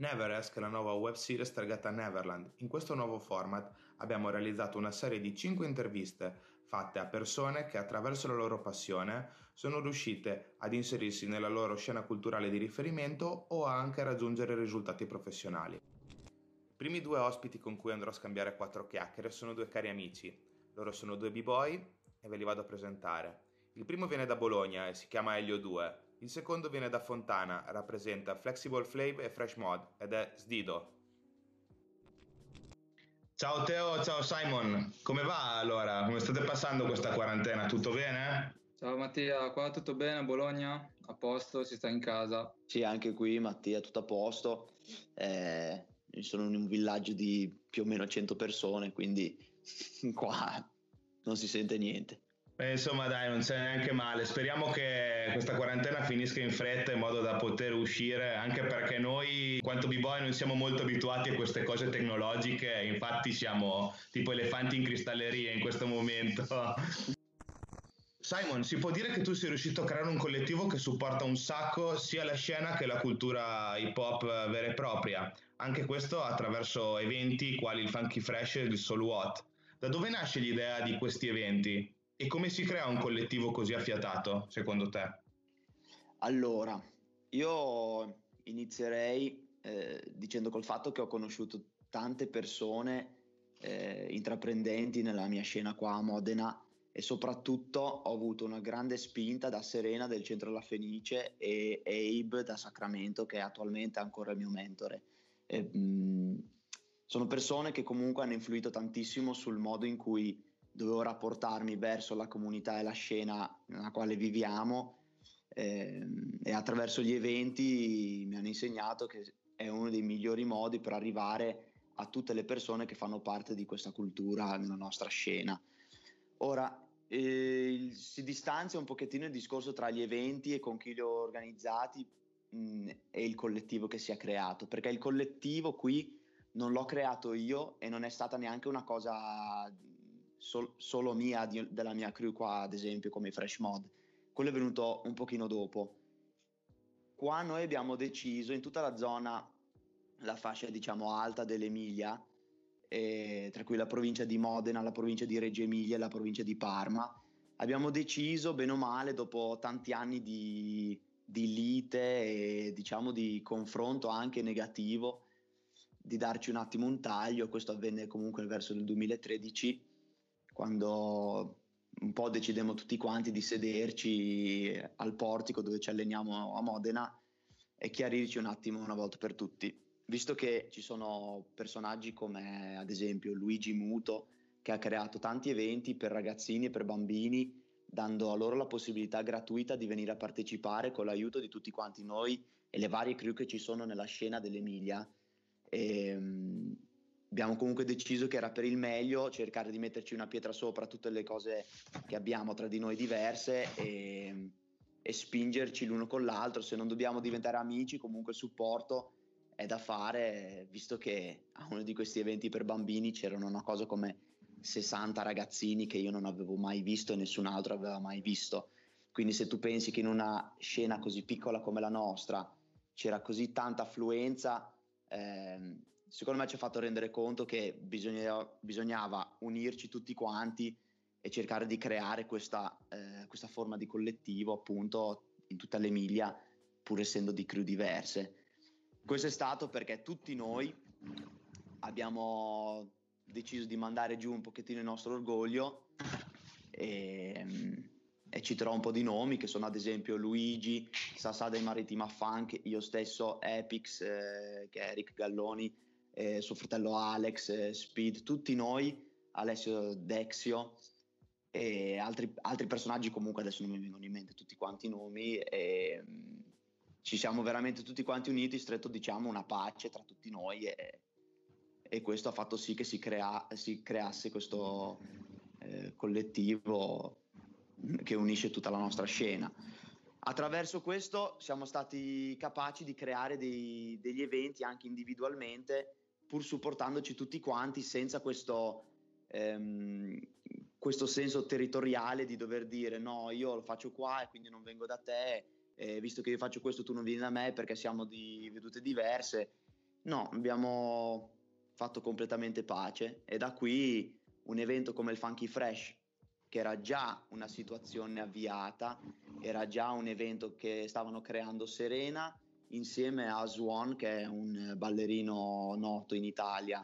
Neveresk è la nuova web series targata Neverland. In questo nuovo format abbiamo realizzato una serie di 5 interviste fatte a persone che attraverso la loro passione sono riuscite ad inserirsi nella loro scena culturale di riferimento o anche a raggiungere risultati professionali. I primi 2 ospiti con cui andrò a scambiare 4 chiacchiere sono 2 cari amici. Loro sono 2 b-boy e ve li vado a presentare. Il primo viene da Bologna e si chiama Elio 2. Il secondo viene da Fontana, rappresenta Flexible Flame e Fresh Mod ed è Sdido. Ciao Teo, ciao Simon, come va allora? Come state passando questa quarantena? Tutto bene? Ciao Mattia, qua tutto bene a Bologna? A posto, si sta in casa? Sì, anche qui Mattia, tutto a posto. Sono in un villaggio di più o meno 100 persone, quindi qua non si sente niente. Insomma dai, non c'è neanche male, speriamo che questa quarantena finisca in fretta in modo da poter uscire, anche perché noi, in quanto b-boy, non siamo molto abituati a queste cose tecnologiche, infatti siamo tipo elefanti in cristalleria in questo momento. Simon, si può dire che tu sei riuscito a creare un collettivo che supporta un sacco sia la scena che la cultura hip hop vera e propria, anche questo attraverso eventi quali il Funky Fresh e il Soul What. Da dove nasce l'idea di questi eventi? E come si crea un collettivo così affiatato, secondo te? Allora, io inizierei dicendo col fatto che ho conosciuto tante persone intraprendenti nella mia scena qua a Modena e soprattutto ho avuto una grande spinta da Serena del Centro La Fenice e Abe da Sacramento, che è attualmente ancora il mio mentore. Sono persone che comunque hanno influito tantissimo sul modo in cui dovevo rapportarmi verso la comunità e la scena nella quale viviamo, e attraverso gli eventi mi hanno insegnato che è uno dei migliori modi per arrivare a tutte le persone che fanno parte di questa cultura nella nostra scena. Ora, si distanzia un pochettino il discorso tra gli eventi e con chi li ho organizzati e il collettivo che si è creato, perché il collettivo qui non l'ho creato io e non è stata neanche una cosa solo mia, della mia crew qua, ad esempio come i Fresh Mod. Quello è venuto un pochino dopo. Qua noi abbiamo deciso in tutta la zona, la fascia diciamo alta dell'Emilia, tra cui la provincia di Modena, la provincia di Reggio Emilia e la provincia di Parma, abbiamo deciso bene o male, dopo tanti anni di lite e diciamo di confronto anche negativo, di darci un attimo un taglio. Questo avvenne comunque verso il 2013, quando un po' decidemmo tutti quanti di sederci al portico dove ci alleniamo a Modena e chiarirci un attimo una volta per tutti. Visto che ci sono personaggi come ad esempio Luigi Muto, che ha creato tanti eventi per ragazzini e per bambini, dando a loro la possibilità gratuita di venire a partecipare con l'aiuto di tutti quanti noi e le varie crew che ci sono nella scena dell'Emilia. Abbiamo comunque deciso che era per il meglio cercare di metterci una pietra sopra a tutte le cose che abbiamo tra di noi diverse e spingerci l'uno con l'altro. Se non dobbiamo diventare amici, comunque il supporto è da fare, visto che a uno di questi eventi per bambini c'erano una cosa come 60 ragazzini che io non avevo mai visto e nessun altro aveva mai visto. Quindi se tu pensi che in una scena così piccola come la nostra c'era così tanta affluenza, secondo me ci ha fatto rendere conto che bisognava unirci tutti quanti e cercare di creare questa forma di collettivo appunto in tutta l'Emilia, pur essendo di crew diverse. Questo è stato perché tutti noi abbiamo deciso di mandare giù un pochettino il nostro orgoglio e citerò un po' di nomi che sono ad esempio Luigi, Sassà dei Marittima Funk, io stesso, Epix, che è Eric Galloni, suo fratello Alex, Speed, tutti noi, Alessio Dexio e altri personaggi, comunque adesso non mi vengono in mente tutti quanti i nomi, e ci siamo veramente tutti quanti uniti, stretto diciamo una pace tra tutti noi e questo ha fatto sì che si creasse questo collettivo che unisce tutta la nostra scena. Attraverso questo siamo stati capaci di creare degli eventi anche individualmente, pur supportandoci tutti quanti, senza questo senso territoriale di dover dire no, io lo faccio qua e quindi non vengo da te, visto che io faccio questo tu non vieni da me perché siamo di vedute diverse. No, abbiamo fatto completamente pace e da qui un evento come il Funky Fresh, che era già una situazione avviata, era già un evento che stavano creando Serena insieme a Swan, che è un ballerino noto in Italia.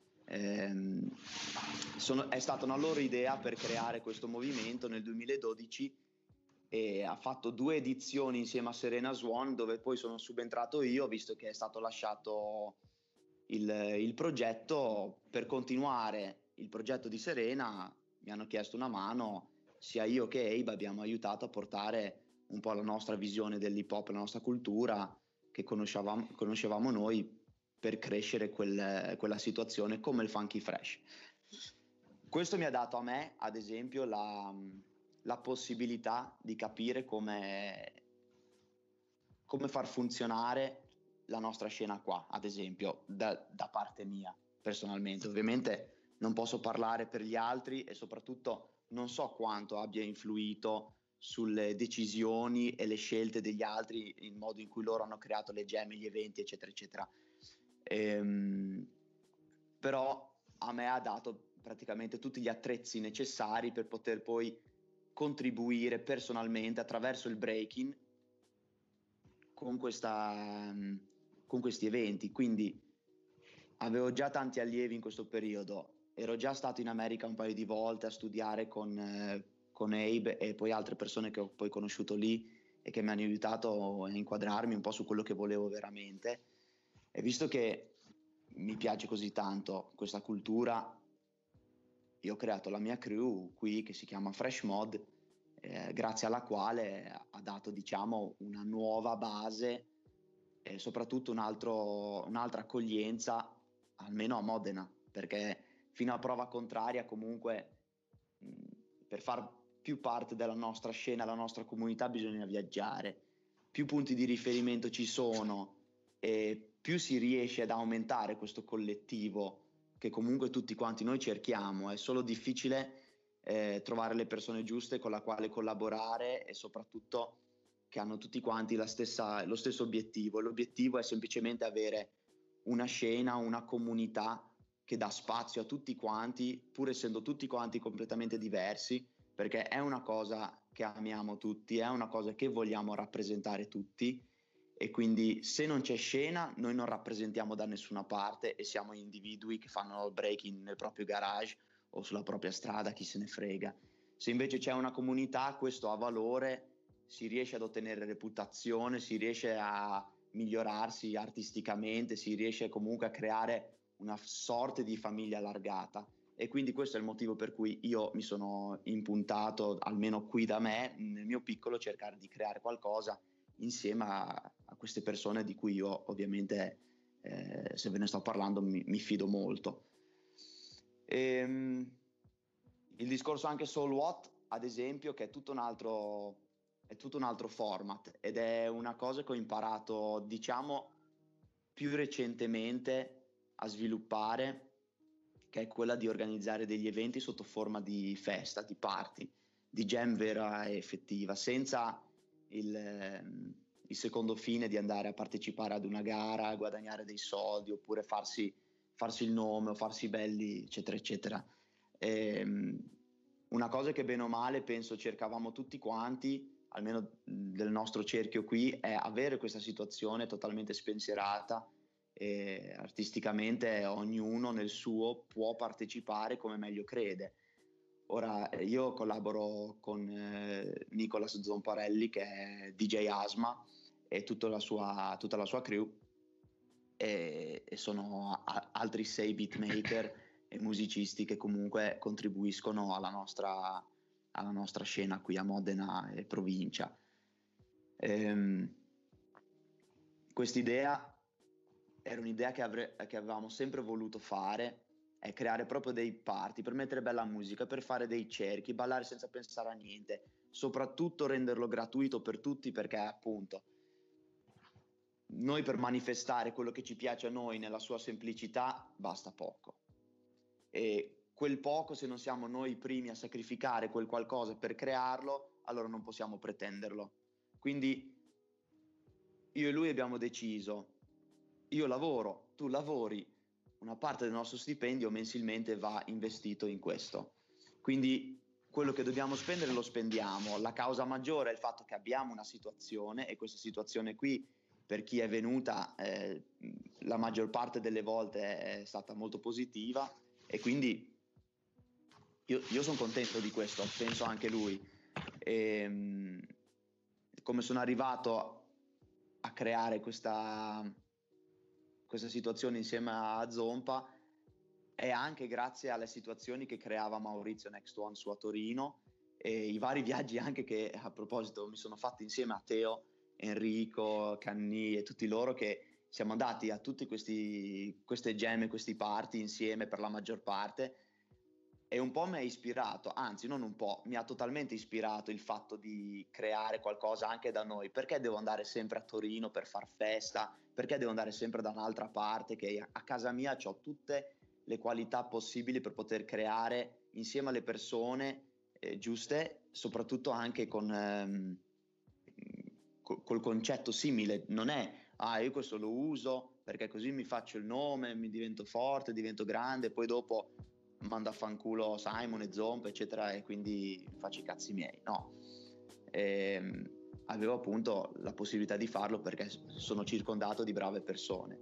È stata una loro idea per creare questo movimento nel 2012 e ha fatto 2 edizioni insieme a Serena Swan, dove poi sono subentrato io, visto che è stato lasciato il progetto. Per continuare il progetto di Serena mi hanno chiesto una mano, sia io che Abe abbiamo aiutato a portare un po' la nostra visione dell'hip hop, la nostra cultura che conoscevamo noi, per crescere quella situazione come il Funky Fresh. Questo mi ha dato a me, ad esempio, la possibilità di capire come far funzionare la nostra scena qua, ad esempio, da parte mia, personalmente. Ovviamente non posso parlare per gli altri e soprattutto non so quanto abbia influito sulle decisioni e le scelte degli altri, il modo in cui loro hanno creato le jam, gli eventi, eccetera, eccetera. Però a me ha dato praticamente tutti gli attrezzi necessari per poter poi contribuire personalmente attraverso il breaking con questi eventi. Quindi avevo già tanti allievi in questo periodo, ero già stato in America un paio di volte a studiare con Abe e poi altre persone che ho poi conosciuto lì e che mi hanno aiutato a inquadrarmi un po' su quello che volevo veramente. E visto che mi piace così tanto questa cultura, io ho creato la mia crew qui che si chiama Fresh Mod, grazie alla quale ha dato, diciamo, una nuova base e soprattutto un'altra accoglienza, almeno a Modena, perché fino a prova contraria comunque per far più parte della nostra scena, la nostra comunità, bisogna viaggiare. Più punti di riferimento ci sono e più si riesce ad aumentare questo collettivo che comunque tutti quanti noi cerchiamo. È solo difficile trovare le persone giuste con la quale collaborare e soprattutto che hanno tutti quanti lo stesso obiettivo. L'obiettivo è semplicemente avere una scena, una comunità che dà spazio a tutti quanti, pur essendo tutti quanti completamente diversi, perché è una cosa che amiamo tutti, è una cosa che vogliamo rappresentare tutti, e quindi se non c'è scena noi non rappresentiamo da nessuna parte e siamo individui che fanno il breaking nel proprio garage o sulla propria strada, chi se ne frega. Se invece c'è una comunità, questo ha valore, si riesce ad ottenere reputazione, si riesce a migliorarsi artisticamente, si riesce comunque a creare una sorta di famiglia allargata. E quindi questo è il motivo per cui io mi sono impuntato, almeno qui da me, nel mio piccolo, cercare di creare qualcosa insieme a queste persone di cui io ovviamente, se ve ne sto parlando, mi fido molto. Il discorso anche Soul What, ad esempio, che è tutto un altro format ed è una cosa che ho imparato, diciamo, più recentemente a sviluppare, che è quella di organizzare degli eventi sotto forma di festa, di party, di jam vera e effettiva, senza il secondo fine di andare a partecipare ad una gara, guadagnare dei soldi oppure farsi il nome o farsi belli, eccetera, eccetera. Una cosa che bene o male penso cercavamo tutti quanti, almeno del nostro cerchio qui, è avere questa situazione totalmente spensierata e artisticamente ognuno nel suo può partecipare come meglio crede. Ora io collaboro con Nicolas Zomparelli, che è DJ Asma, e tutta la sua crew, e sono altri 6 beatmaker e musicisti che comunque contribuiscono alla nostra scena qui a Modena e provincia. Quest'idea era un'idea che avevamo sempre voluto fare, è creare proprio dei party per mettere bella musica, per fare dei cerchi, ballare senza pensare a niente, soprattutto renderlo gratuito per tutti, perché appunto noi per manifestare quello che ci piace a noi nella sua semplicità basta poco, e quel poco, se non siamo noi i primi a sacrificare quel qualcosa per crearlo, allora non possiamo pretenderlo. Quindi io e lui abbiamo deciso: io lavoro, tu lavori, una parte del nostro stipendio mensilmente va investito in questo. Quindi quello che dobbiamo spendere lo spendiamo. La causa maggiore è il fatto che abbiamo una situazione, e questa situazione qui, per chi è venuta, la maggior parte delle volte è stata molto positiva, e quindi io sono contento di questo, penso anche lui. Come sono arrivato a creare questa situazione insieme a Zompa è anche grazie alle situazioni che creava Maurizio Next One su a Torino, e i vari viaggi anche che, a proposito, mi sono fatti insieme a Teo, Enrico, Canni e tutti loro, che siamo andati a tutte queste gemme, questi party insieme per la maggior parte. E un po' mi ha ispirato, anzi non un po', mi ha totalmente ispirato il fatto di creare qualcosa anche da noi. Perché devo andare sempre a Torino per far festa? Perché devo andare sempre da un'altra parte? Che a casa mia ho tutte le qualità possibili per poter creare insieme alle persone giuste, soprattutto anche col concetto simile. Non è, io questo lo uso perché così mi faccio il nome, mi divento forte, divento grande, poi dopo mando a fanculo Simon e Zomp, eccetera, e quindi faccio i cazzi miei. No. Avevo appunto la possibilità di farlo perché sono circondato di brave persone.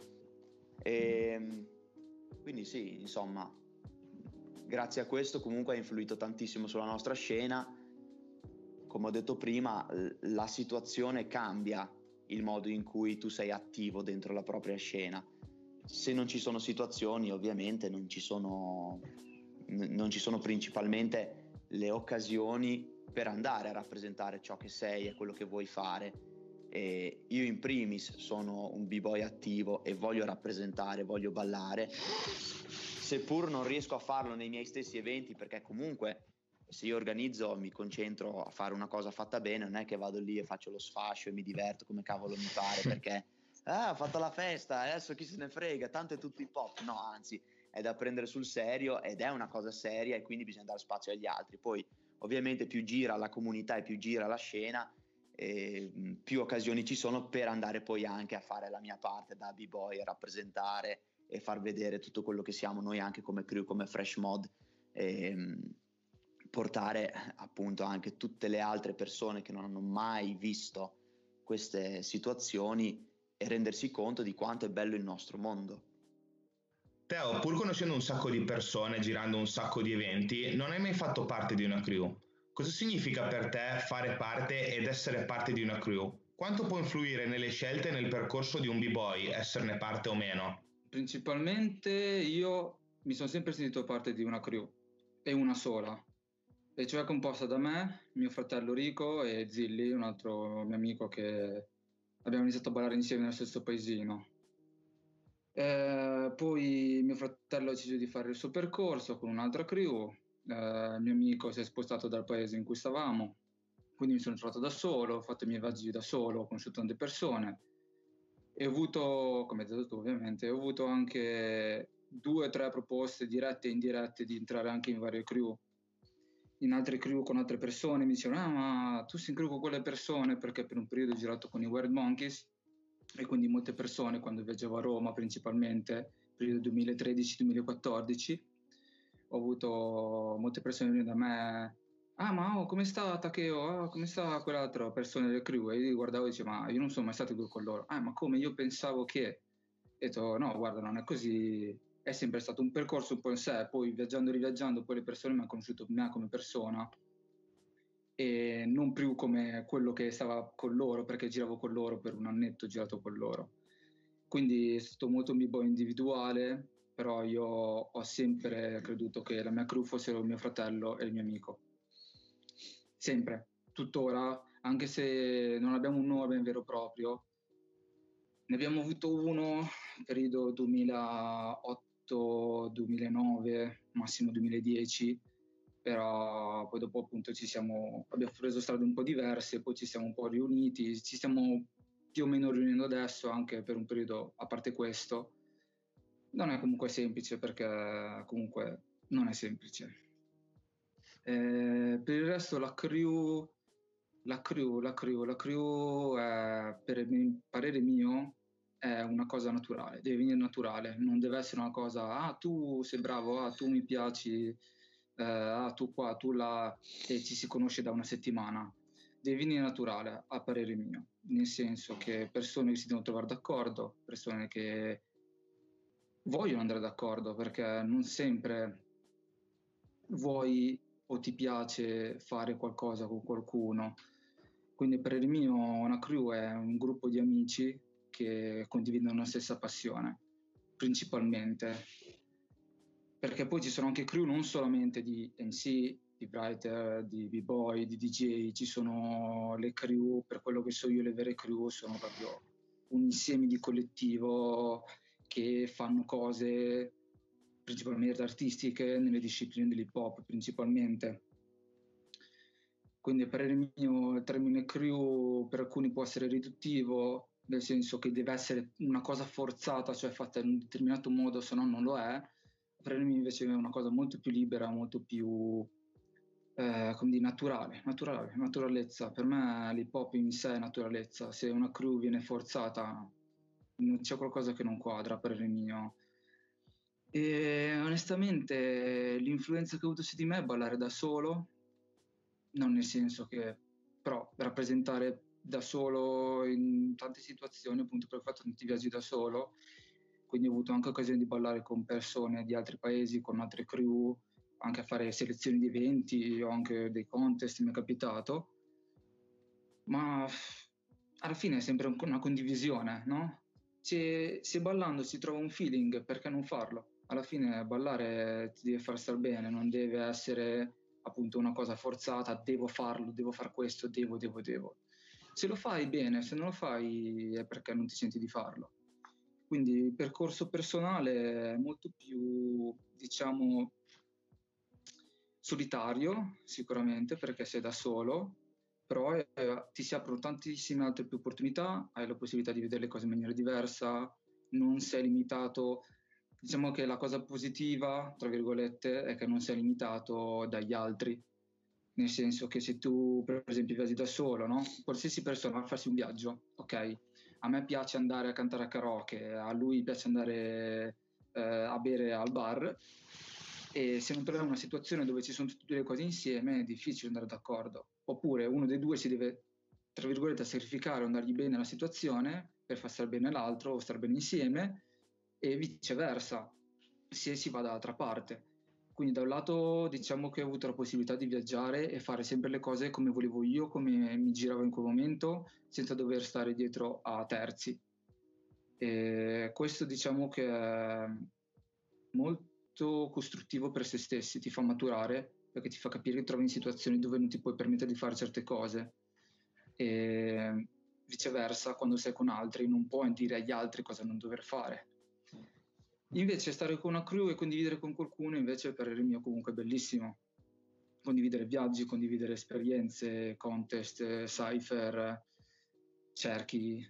Quindi sì, insomma, grazie a questo comunque ha influito tantissimo sulla nostra scena. Come ho detto prima, la situazione cambia il modo in cui tu sei attivo dentro la propria scena. Se non ci sono situazioni, ovviamente non ci sono principalmente le occasioni per andare a rappresentare ciò che sei e quello che vuoi fare. E io in primis sono un b-boy attivo e voglio rappresentare, voglio ballare, seppur non riesco a farlo nei miei stessi eventi, perché comunque se io organizzo mi concentro a fare una cosa fatta bene, non è che vado lì e faccio lo sfascio e mi diverto come cavolo mi pare perché ho fatto la festa, adesso chi se ne frega, tanto è tutto hip hop. No, anzi, è da prendere sul serio ed è una cosa seria, e quindi bisogna dare spazio agli altri. Poi ovviamente più gira la comunità e più gira la scena, più occasioni ci sono per andare poi anche a fare la mia parte da b-boy, rappresentare e far vedere tutto quello che siamo noi anche come crew, come Fresh Mod, e portare appunto anche tutte le altre persone che non hanno mai visto queste situazioni e rendersi conto di quanto è bello il nostro mondo. Teo, pur conoscendo un sacco di persone, girando un sacco di eventi, non hai mai fatto parte di una crew. Cosa significa per te fare parte ed essere parte di una crew? Quanto può influire nelle scelte e nel percorso di un b-boy, esserne parte o meno? Principalmente io mi sono sempre sentito parte di una crew, e una sola, e cioè composta da me, mio fratello Rico e Zilli, un altro mio amico che abbiamo iniziato a ballare insieme nello stesso paesino. Poi mio fratello ha deciso di fare il suo percorso con un'altra crew, il mio amico si è spostato dal paese in cui stavamo, quindi mi sono trovato da solo, ho fatto i miei viaggi da solo, ho conosciuto tante persone e ho avuto, come hai detto tu ovviamente, ho avuto anche 2 o 3 proposte dirette e indirette di entrare anche in varie crew, in altre crew con altre persone. Mi dicevano, ma tu sei in crew con quelle persone, perché per un periodo ho girato con i Wild Monkeys, e quindi molte persone, quando viaggiavo a Roma principalmente, periodo 2013-2014, ho avuto molte persone venire da me, ma come sta Takeo? Come sta quell'altra persona del crew? E io guardavo e dicevo, ma io non sono mai stato in crew con loro. Ma come? Io pensavo che... E ho detto, no, guarda, non è così, è sempre stato un percorso un po' in sé, poi viaggiando e riviaggiando, poi le persone mi hanno conosciuto me come persona, e non più come quello che stava con loro, perché giravo con loro per un annetto, ho girato con loro. Quindi è stato molto un b-boy individuale, però io ho sempre creduto che la mia crew fossero il mio fratello e il mio amico. Sempre, tuttora, anche se non abbiamo un nome vero e proprio. Ne abbiamo avuto uno periodo 2008-2009, massimo 2010, però poi dopo appunto abbiamo preso strade un po' diverse, poi ci siamo un po' riuniti, ci stiamo più o meno riunendo adesso anche per un periodo, a parte questo. Non è comunque semplice, perché comunque non è semplice. Per il resto la crew è, per il parere mio, è una cosa naturale, deve venire naturale, non deve essere una cosa, tu sei bravo, tu mi piaci, tu qua, tu là, e ci si conosce da una settimana. Deve venire naturale, a parere mio, nel senso che persone che si devono trovare d'accordo, persone che vogliono andare d'accordo, perché non sempre vuoi o ti piace fare qualcosa con qualcuno. Quindi per il mio una crew è un gruppo di amici che condividono la stessa passione, principalmente. Perché poi ci sono anche crew non solamente di MC, di writer, di b-boy, di DJ, ci sono le crew, per quello che so io le vere crew sono proprio un insieme di collettivo che fanno cose principalmente artistiche nelle discipline dell'hip hop principalmente. Quindi per il mio termine crew per alcuni può essere riduttivo, nel senso che deve essere una cosa forzata, cioè fatta in un determinato modo, se no non lo è. Per me invece è una cosa molto più libera, molto più come dire, naturalezza. Per me l'hip hop in sé è naturalezza. Se una crew viene forzata, c'è qualcosa che non quadra per il mio. E onestamente l'influenza che ho avuto su di me è ballare da solo, non nel senso che però rappresentare da solo in tante situazioni, appunto per il fatto che non ti viaggi da solo, quindi ho avuto anche occasione di ballare con persone di altri paesi, con altre crew, anche a fare selezioni di eventi o anche dei contest, mi è capitato, ma alla fine è sempre una condivisione, no? Se ballando si trova un feeling, perché non farlo? Alla fine ballare ti deve far star bene, non deve essere appunto una cosa forzata, devo farlo, devo far questo, devo. Se lo fai bene, se non lo fai è perché non ti senti di farlo. Quindi il percorso personale è molto più, diciamo, solitario, sicuramente, perché sei da solo, però ti si aprono tantissime altre più opportunità, hai la possibilità di vedere le cose in maniera diversa, non sei limitato. Diciamo che la cosa positiva, tra virgolette, è che non sei limitato dagli altri, nel senso che se tu, per esempio, viaggi da solo, no? Qualsiasi persona va a farsi un viaggio, ok? A me piace andare a cantare a karaoke, a lui piace andare a bere al bar, e se non troviamo una situazione dove ci sono tutte e due le cose insieme è difficile andare d'accordo. Oppure uno dei due si deve, tra virgolette, sacrificare o andargli bene la situazione per far stare bene l'altro o stare bene insieme, e viceversa, se si va dall'altra parte. Quindi da un lato diciamo che ho avuto la possibilità di viaggiare e fare sempre le cose come volevo io, come mi giravo in quel momento, senza dover stare dietro a terzi. E questo diciamo che è molto costruttivo per se stessi, ti fa maturare perché ti fa capire che trovi in situazioni dove non ti puoi permettere di fare certe cose, e viceversa quando sei con altri non puoi dire agli altri cosa non dover fare. Invece stare con una crew e condividere con qualcuno invece per il mio comunque è bellissimo. Condividere viaggi, condividere esperienze, contest, cypher, cerchi,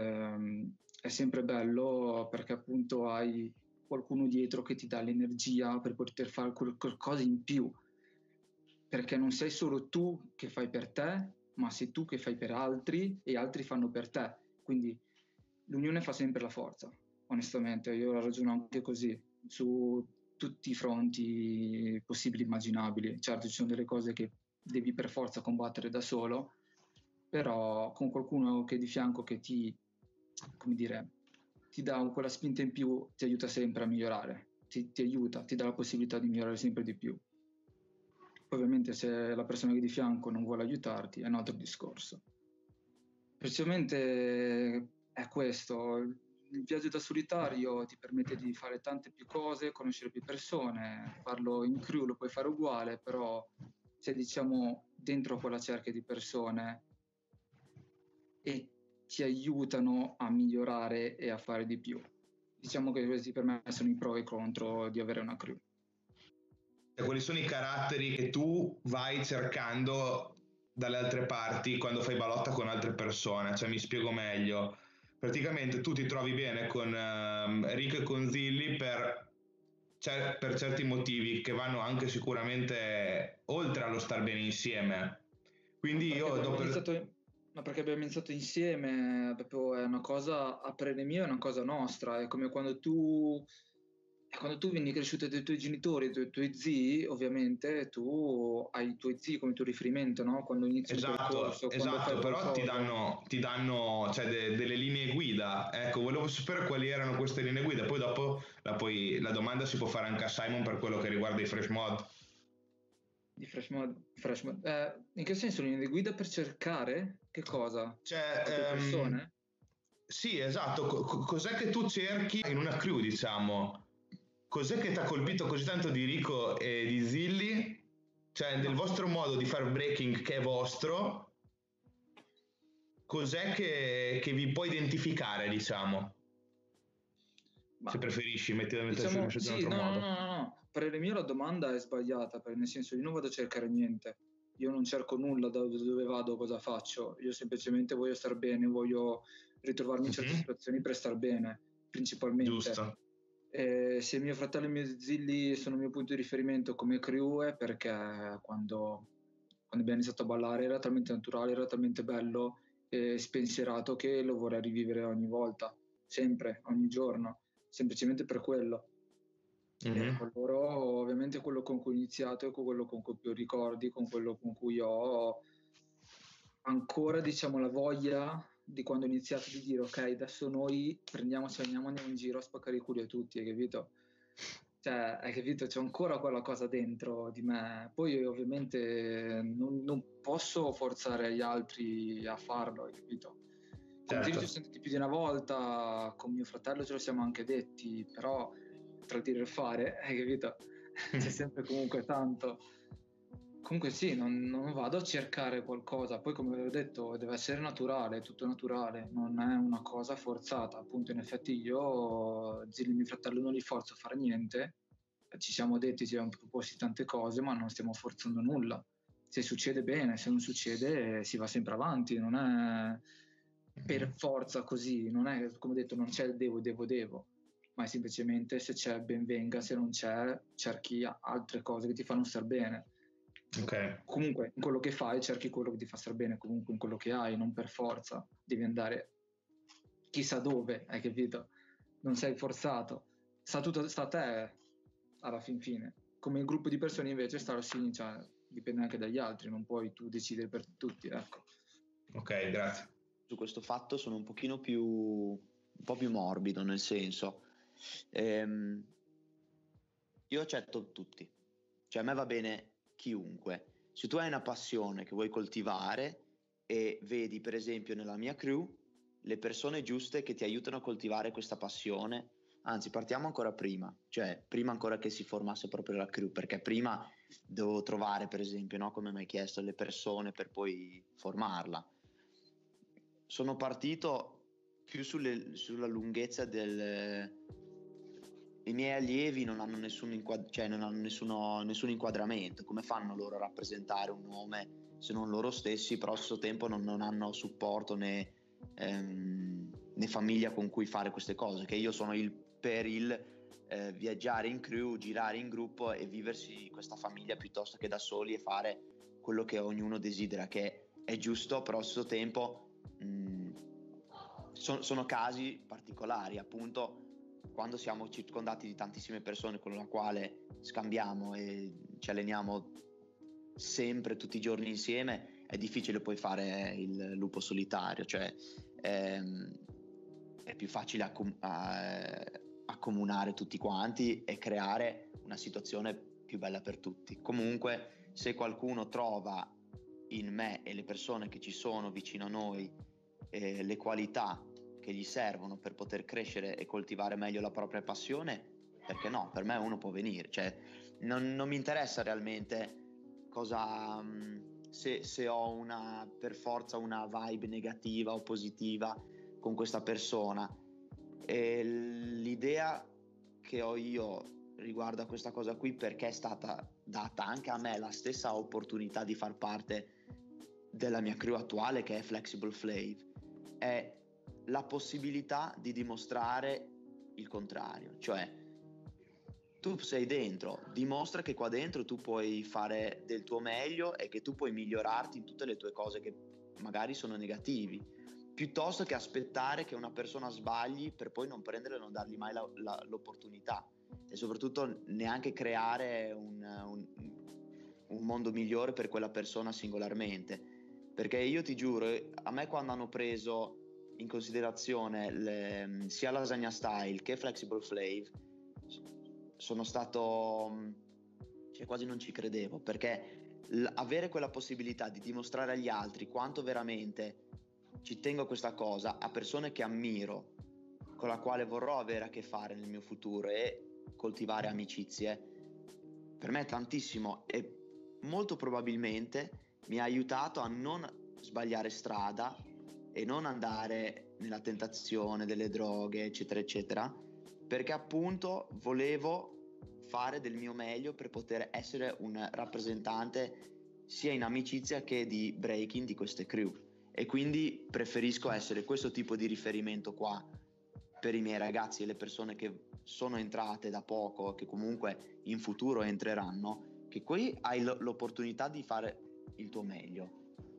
è sempre bello perché appunto hai qualcuno dietro che ti dà l'energia per poter fare qualcosa in più, perché non sei solo tu che fai per te, ma sei tu che fai per altri e altri fanno per te, quindi l'unione fa sempre la forza, onestamente, io la ragiono anche così, su tutti i fronti possibili e immaginabili. Certo ci sono delle cose che devi per forza combattere da solo, però con qualcuno che è di fianco che ti, come dire, ti dà quella spinta in più, ti aiuta sempre a migliorare, ti aiuta, ti dà la possibilità di migliorare sempre di più. Poi ovviamente se la persona che è di fianco non vuole aiutarti è un altro discorso. Precisamente è questo, il viaggio da solitario ti permette di fare tante più cose, conoscere più persone, farlo in crew lo puoi fare uguale, però se diciamo dentro quella cerchia di persone e ti aiutano a migliorare e a fare di più. Diciamo che questi per me sono i pro e i contro di avere una crew. Quali sono i caratteri che tu vai cercando dalle altre parti quando fai balotta con altre persone? Cioè, mi spiego meglio. Praticamente tu ti trovi bene con Rick e con Zilli per certi motivi che vanno anche sicuramente oltre allo star bene insieme. Quindi io Abbiamo iniziato Ma perché abbiamo iniziato insieme, proprio è una cosa, a parere mio, è una cosa nostra, è come quando tu vieni cresciuto dai tuoi genitori, dai tuoi zii, ovviamente tu hai i tuoi zii come tuo riferimento, no? Quando inizi un Esatto, percorso, quando fai esatto, però qualcosa. ti danno cioè, delle linee guida. Ecco, volevo sapere quali erano queste linee guida, poi dopo la domanda si può fare anche a Simon per quello che riguarda i fresh mod. Di Fresh Mod. In che senso linee di guida per cercare che cosa? Cioè, Altre persone? sì, esatto, cos'è che tu cerchi in una crew, diciamo? Cos'è che ti ha colpito così tanto di Rico e di Zilli? Cioè, del Ma, vostro modo di fare breaking che è vostro, cos'è che vi può identificare, diciamo? Se ma preferisci, diciamo, messo in un sì, altro no, no, modo. no, no, no. Per mio la domanda è sbagliata, nel senso io non vado a cercare niente, io non cerco nulla da dove vado, cosa faccio, io semplicemente voglio star bene, voglio ritrovarmi in certe Mhm. situazioni per star bene, principalmente. Giusto. Se mio fratello e i miei zilli sono il mio punto di riferimento come crew è perché quando abbiamo iniziato a ballare era talmente naturale, era talmente bello e spensierato che lo vorrei rivivere ogni volta, sempre, ogni giorno, semplicemente per quello. E Mhm. con loro ovviamente quello con cui ho iniziato e con quello con cui più ricordi, con quello con cui ho ancora diciamo la voglia di quando ho iniziato di dire ok, adesso noi prendiamoci, andiamo in giro a spaccare i culi a tutti, hai capito? Cioè, hai capito? C'è ancora quella cosa dentro di me. Poi io ovviamente non posso forzare gli altri a farlo, hai capito? Con Ziri ci Certo. siamo sentiti più di una volta, con mio fratello ce lo siamo anche detti, però tra il dire e il fare, hai capito? C'è sempre comunque tanto. Comunque sì, non vado a cercare qualcosa, poi come vi ho detto deve essere naturale, tutto naturale, non è una cosa forzata, appunto in effetti io, Zilli e mio fratello non li forzo a fare niente, ci siamo detti, ci siamo proposti tante cose, ma non stiamo forzando nulla. Se succede bene, se non succede si va sempre avanti, non è per Mhm. forza così, non è come detto, non c'è il devo, ma è semplicemente se c'è ben venga, se non c'è cerchi altre cose che ti fanno star bene. Ok, Comunque in quello che fai cerchi quello che ti fa star bene, comunque in quello che hai, non per forza devi andare chissà dove, hai capito? Non sei forzato, sta a te alla fin fine. Come il gruppo di persone invece sta sì, cioè, dipende anche dagli altri, non puoi tu decidere per tutti, ecco. ok, grazie. Su questo fatto sono un po' più morbido, nel senso, ehm, io accetto tutti, cioè a me va bene chiunque. Se tu hai una passione che vuoi coltivare e vedi per esempio nella mia crew le persone giuste che ti aiutano a coltivare questa passione, anzi partiamo ancora prima, cioè prima ancora che si formasse proprio la crew, perché prima dovevo trovare per esempio, no, come mi hai chiesto, le persone per poi formarla. Sono partito più sulla lunghezza del... I miei allievi non hanno cioè non hanno nessun inquadramento. Come fanno loro a rappresentare un nome se non loro stessi, però allo stesso tempo non hanno supporto né famiglia con cui fare queste cose, che io sono per il viaggiare in crew, girare in gruppo e viversi questa famiglia piuttosto che da soli e fare quello che ognuno desidera, che è giusto, però allo stesso tempo sono casi particolari, appunto quando siamo circondati di tantissime persone con la quale scambiamo e ci alleniamo sempre tutti i giorni insieme, è difficile poi fare il lupo solitario, cioè è più facile accomunare tutti quanti e creare una situazione più bella per tutti. Comunque, se qualcuno trova in me e le persone che ci sono vicino a noi le qualità che gli servono per poter crescere e coltivare meglio la propria passione, perché no? Per me uno può venire, cioè non mi interessa realmente cosa se ho per forza una vibe negativa o positiva con questa persona. E l'idea che ho io riguardo a questa cosa qui, perché è stata data anche a me la stessa opportunità di far parte della mia crew attuale, che è Flexible Flav, è la possibilità di dimostrare il contrario, cioè tu sei dentro, dimostra che qua dentro tu puoi fare del tuo meglio e che tu puoi migliorarti in tutte le tue cose che magari sono negativi, piuttosto che aspettare che una persona sbagli per poi non prenderlo e non dargli mai l'opportunità, e soprattutto neanche creare un mondo migliore per quella persona singolarmente. Perché io ti giuro, a me quando hanno preso in considerazione sia Lasagna Style che Flexible Flav, sono stato, cioè quasi non ci credevo, perché avere quella possibilità di dimostrare agli altri quanto veramente ci tengo a questa cosa, a persone che ammiro, con la quale vorrò avere a che fare nel mio futuro e coltivare amicizie, per me è tantissimo, e molto probabilmente mi ha aiutato a non sbagliare strada e non andare nella tentazione delle droghe, eccetera eccetera, perché appunto volevo fare del mio meglio per poter essere un rappresentante sia in amicizia che di breaking di queste crew, e quindi preferisco essere questo tipo di riferimento qua per i miei ragazzi e le persone che sono entrate da poco, che comunque in futuro entreranno, che qui hai l'opportunità di fare il tuo meglio.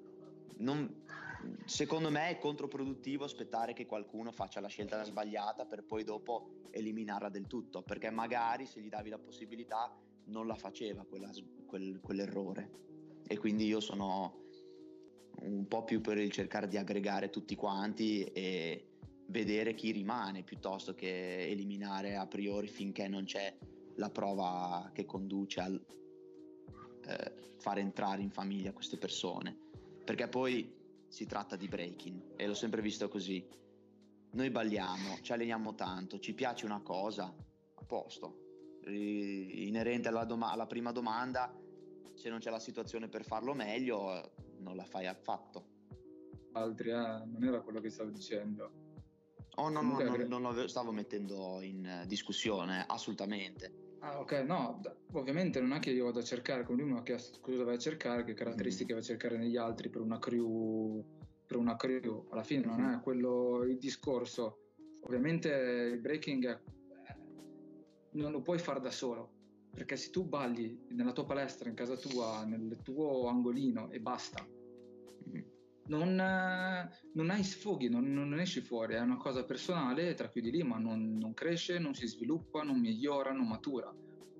Secondo me è controproduttivo aspettare che qualcuno faccia la scelta sbagliata per poi dopo eliminarla del tutto, perché magari se gli davi la possibilità non la faceva quell'errore. E quindi io sono un po' più per il cercare di aggregare tutti quanti e vedere chi rimane, piuttosto che eliminare a priori finché non c'è la prova che conduce al fare entrare in famiglia queste persone, perché poi si tratta di breaking e l'ho sempre visto così: noi balliamo, ci alleniamo tanto, ci piace una cosa, a posto. Inerente alla prima domanda, se non c'è la situazione per farlo meglio, non la fai affatto. Altri, non era quello che stavo dicendo. Non lo stavo mettendo in discussione, assolutamente. Ah, ok, no, ovviamente non è che io vado a cercare, come lui mi ha chiesto cosa vai a cercare, che caratteristiche vai a cercare negli altri per una crew, alla fine non è quello il discorso. Ovviamente il breaking non lo puoi fare da solo, perché se tu balli nella tua palestra, in casa tua, nel tuo angolino e basta, non hai sfoghi, non esci fuori, è una cosa personale, te la chiudi lì, ma non cresce, non si sviluppa, non migliora, non matura.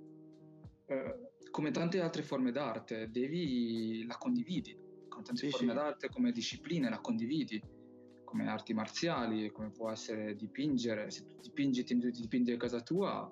Come tante altre forme d'arte, la condividi, come tante forme d'arte, come discipline la condividi, come arti marziali, come può essere dipingere. Se tu dipingi a casa tua,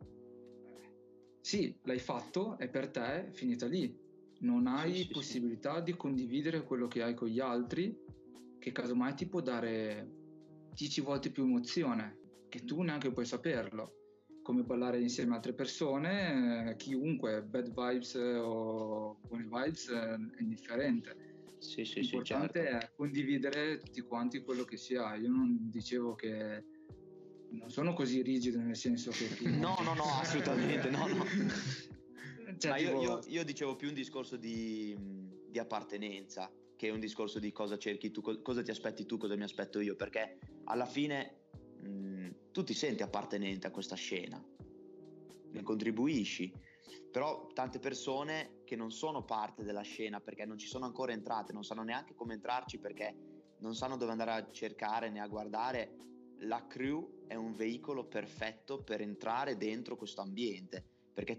sì, l'hai fatto, è per te, è finita lì. Non hai possibilità di condividere quello che hai con gli altri, che casomai ti può dare 10 volte più emozione, che tu neanche puoi saperlo. Come ballare insieme a altre persone, chiunque, bad vibes o buone vibes, è indifferente. L'importante è condividere tutti quanti quello che si ha. Io non dicevo che non sono così rigido, nel senso che no, assolutamente no. Cioè, ma io dicevo più un discorso di appartenenza, che un discorso di cosa cerchi tu, cosa ti aspetti tu, cosa mi aspetto io, perché alla fine tu ti senti appartenente a questa scena, ne contribuisci, però tante persone che non sono parte della scena perché non ci sono ancora entrate, non sanno neanche come entrarci, perché non sanno dove andare a cercare né a guardare. La crew è un veicolo perfetto per entrare dentro questo ambiente, perché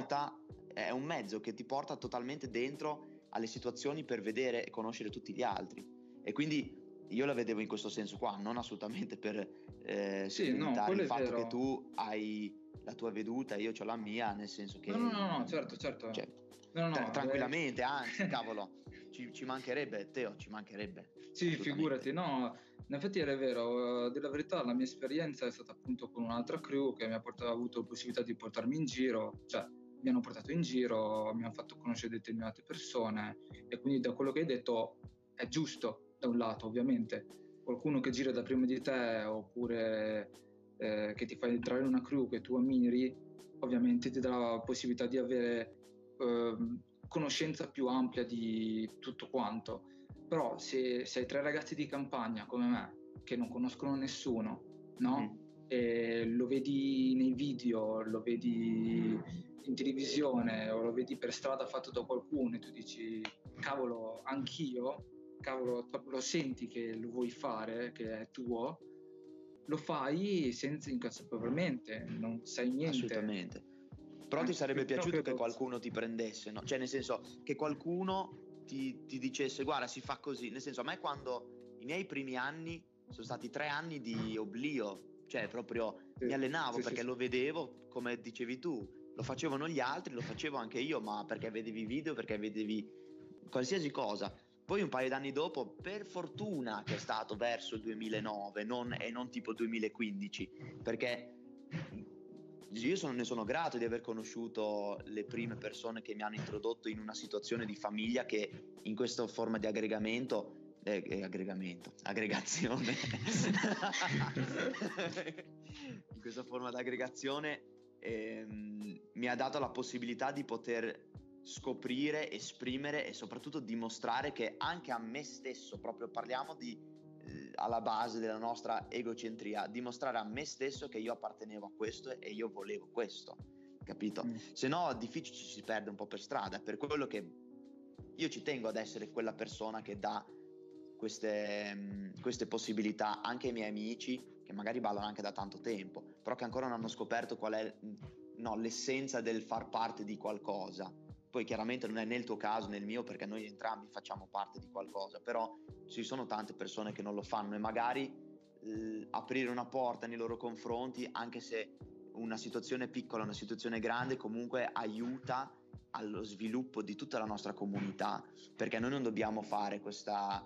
è un mezzo che ti porta totalmente dentro alle situazioni per vedere e conoscere tutti gli altri. E quindi io la vedevo in questo senso qua, non assolutamente per limitare il fatto che tu hai la tua veduta e io ho la mia, nel senso che no, certo, cioè, tranquillamente, anzi, cavolo, ci mancherebbe, Teo, ci mancherebbe. Sì, figurati, no, in effetti era vero. Della verità, la mia esperienza è stata appunto con un'altra crew che mi ha avuto la possibilità di portarmi in giro, cioè mi hanno portato in giro, mi hanno fatto conoscere determinate persone, e quindi da quello che hai detto è giusto, da un lato ovviamente. Qualcuno che gira da prima di te, oppure che ti fa entrare in una crew che tu ammiri, ovviamente ti dà la possibilità di avere conoscenza più ampia di tutto quanto. Però se hai 3 ragazzi di campagna come me che non conoscono nessuno, no? E lo vedi nei video, lo vedi in televisione o lo vedi per strada fatto da qualcuno e tu dici cavolo, anch'io, cavolo, lo senti che lo vuoi fare, che è tuo, lo fai senza inconsapevolmente, non sai niente. Assolutamente. Però ti sarebbe piaciuto che qualcuno ti prendesse, no? Cioè, nel senso, che qualcuno ti dicesse guarda, si fa così. Nel senso, a me quando i miei primi anni sono stati 3 anni di oblio, cioè proprio mi allenavo perché lo vedevo, come dicevi tu, lo facevano gli altri, lo facevo anche io, ma perché vedevi video, perché vedevi qualsiasi cosa. Poi un paio d'anni dopo, per fortuna che è stato verso il 2009 e non tipo 2015, perché io ne sono grato di aver conosciuto le prime persone che mi hanno introdotto in una situazione di famiglia che in questa forma di aggregazione in questa forma di aggregazione mi ha dato la possibilità di poter scoprire, esprimere e soprattutto dimostrare che anche a me stesso, proprio parliamo di alla base della nostra egocentria, dimostrare a me stesso che io appartenevo a questo e io volevo questo, capito? Se no difficile, ci si perde un po' per strada. Per quello che io ci tengo ad essere quella persona che dà queste possibilità anche ai miei amici che magari ballano anche da tanto tempo, però che ancora non hanno scoperto qual è l'essenza del far parte di qualcosa. Poi chiaramente non è né il tuo caso né il mio, perché noi entrambi facciamo parte di qualcosa, però ci sono tante persone che non lo fanno e magari aprire una porta nei loro confronti, anche se una situazione piccola, una situazione grande, comunque aiuta allo sviluppo di tutta la nostra comunità, perché noi non dobbiamo fare questa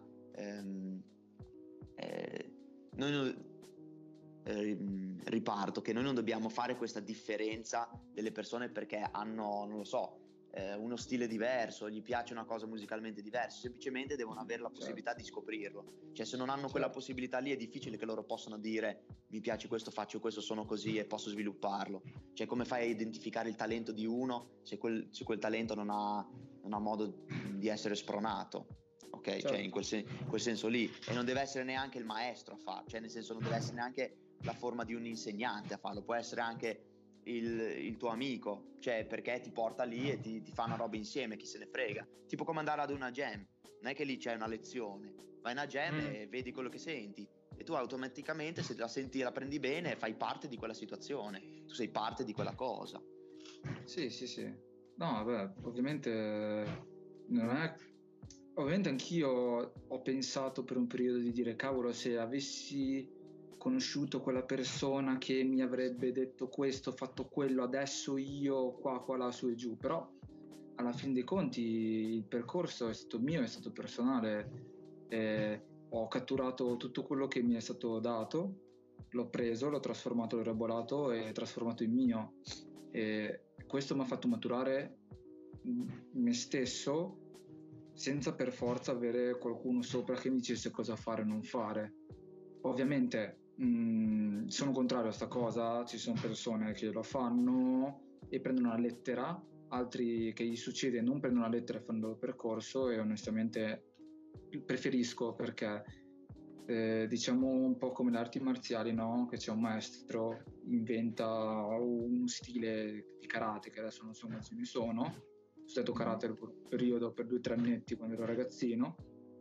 riparto, che noi non dobbiamo fare questa differenza delle persone perché hanno, non lo so, uno stile diverso, gli piace una cosa musicalmente diversa, semplicemente devono avere la possibilità di scoprirlo. Cioè, se non hanno quella possibilità lì è difficile che loro possano dire mi piace questo, faccio questo, sono così e posso svilupparlo. Cioè, come fai a identificare il talento di uno se quel talento non ha modo di essere spronato? Ok, certo. Cioè in quel senso lì, e non deve essere neanche il maestro a farlo, cioè nel senso non deve essere neanche la forma di un insegnante a farlo, può essere anche il tuo amico, cioè perché ti porta lì e ti fa una roba insieme, chi se ne frega, tipo come andare ad una jam, non è che lì c'è una lezione, vai a una jam e vedi quello che senti e tu automaticamente, se la senti e la prendi bene, fai parte di quella situazione, tu sei parte di quella cosa. Sì, no, vabbè, ovviamente non è. Ovviamente anch'io ho pensato per un periodo di dire cavolo, se avessi conosciuto quella persona che mi avrebbe detto questo, fatto quello, adesso io qua, là, su e giù, però alla fin dei conti il percorso è stato mio, è stato personale, ho catturato tutto quello che mi è stato dato, l'ho preso, l'ho trasformato, l'ho elaborato e trasformato in mio, e questo mi ha fatto maturare me stesso senza per forza avere qualcuno sopra che mi dicesse cosa fare o non fare. Ovviamente sono contrario a sta cosa, ci sono persone che lo fanno e prendono la lettera, altri che gli succede non prendono la lettera e fanno il loro percorso, e onestamente preferisco, perché diciamo un po' come le arti marziali, no? Che c'è un maestro, inventa uno stile di karate, che adesso non so quanti ne sono, ho studiato karate per un periodo, per 2 o 3 annetti quando ero ragazzino,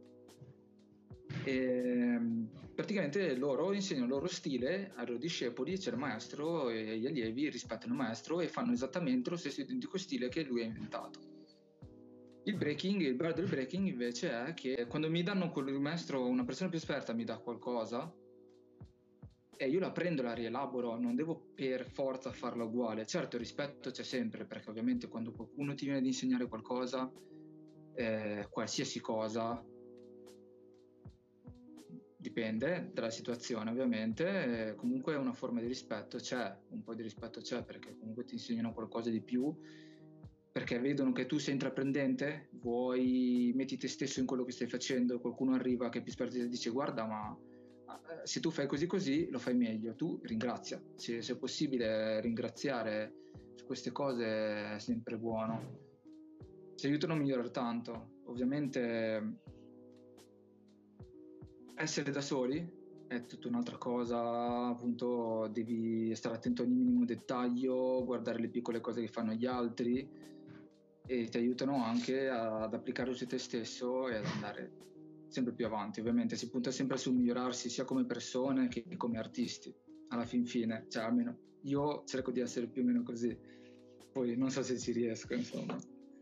e praticamente loro insegnano il loro stile ai loro discepoli, c'è il maestro e gli allievi rispettano il maestro e fanno esattamente lo stesso identico stile che lui ha inventato. Il bello del breaking invece è che quando mi danno quel maestro, una persona più esperta mi dà qualcosa e io la prendo, la rielaboro, non devo per forza farla uguale. Certo, il rispetto c'è sempre, perché ovviamente quando qualcuno ti viene ad insegnare qualcosa, qualsiasi cosa, dipende dalla situazione ovviamente, comunque una forma di rispetto c'è, un po' di rispetto c'è, perché comunque ti insegnano qualcosa di più, perché vedono che tu sei intraprendente, metti te stesso in quello che stai facendo, qualcuno arriva che è più esperto e ti dice guarda, ma se tu fai così lo fai meglio, tu ringrazia, se è possibile ringraziare su queste cose è sempre buono, ci aiutano a migliorare tanto. Ovviamente essere da soli è tutta un'altra cosa, appunto devi stare attento a ogni minimo dettaglio, guardare le piccole cose che fanno gli altri e ti aiutano anche ad applicarlo su te stesso e ad andare sempre più avanti. Ovviamente si punta sempre sul migliorarsi sia come persone che come artisti, alla fin fine, cioè almeno io cerco di essere più o meno così, poi non so se ci riesco, insomma.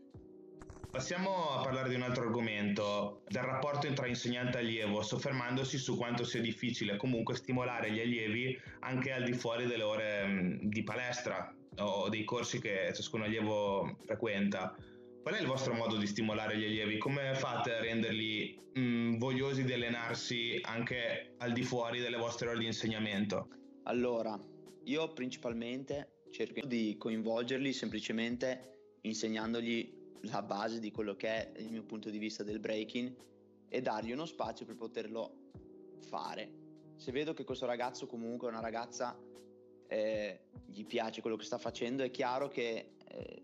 Passiamo a parlare di un altro argomento, del rapporto tra insegnante e allievo, soffermandosi su quanto sia difficile comunque stimolare gli allievi anche al di fuori delle ore di palestra o dei corsi che ciascun allievo frequenta. Qual è il vostro modo di stimolare gli allievi? Come fate a renderli vogliosi di allenarsi anche al di fuori delle vostre ore di insegnamento? Allora, io principalmente cerco di coinvolgerli semplicemente insegnandogli la base di quello che è il mio punto di vista del breaking e dargli uno spazio per poterlo fare. Se vedo che questo ragazzo comunque è una ragazza, gli piace quello che sta facendo, è chiaro che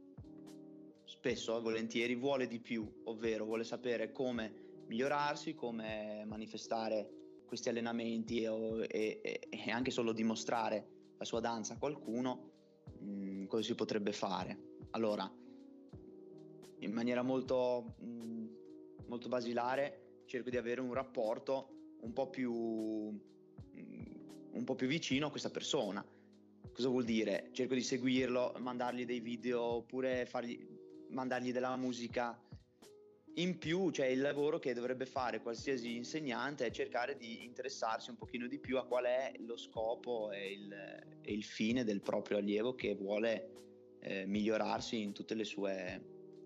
spesso, volentieri, vuole di più, ovvero vuole sapere come migliorarsi, come manifestare questi allenamenti e anche solo dimostrare la sua danza a qualcuno, cosa si potrebbe fare. Allora, in maniera molto basilare, cerco di avere un rapporto un po' più vicino a questa persona. Cosa vuol dire? Cerco di seguirlo, mandargli dei video oppure mandargli della musica. In più, cioè, il lavoro che dovrebbe fare qualsiasi insegnante è cercare di interessarsi un pochino di più a qual è lo scopo e il fine del proprio allievo che vuole migliorarsi in tutte le sue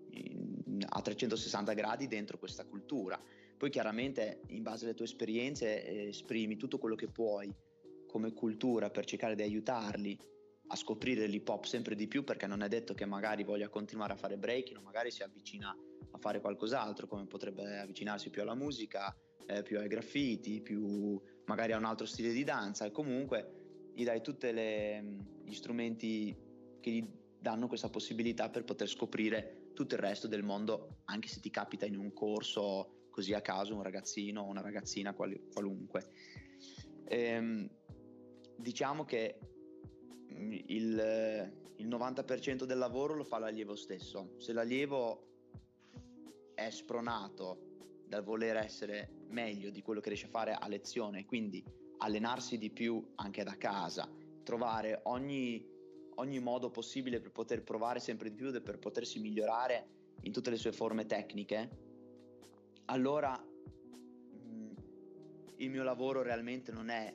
a 360 gradi dentro questa cultura. Poi chiaramente in base alle tue esperienze esprimi tutto quello che puoi come cultura per cercare di aiutarli a scoprire l'hip hop sempre di più, perché non è detto che magari voglia continuare a fare breaking o magari si avvicina a fare qualcos'altro, come potrebbe avvicinarsi più alla musica, più ai graffiti, più magari a un altro stile di danza, e comunque gli dai tutti gli strumenti che gli danno questa possibilità per poter scoprire tutto il resto del mondo, anche se ti capita in un corso così a caso un ragazzino o una ragazzina qualunque. Diciamo che il 90% del lavoro lo fa l'allievo stesso. Se l'allievo è spronato dal voler essere meglio di quello che riesce a fare a lezione, quindi allenarsi di più anche da casa, trovare ogni modo possibile per poter provare sempre di più e per potersi migliorare in tutte le sue forme tecniche, allora il mio lavoro realmente non è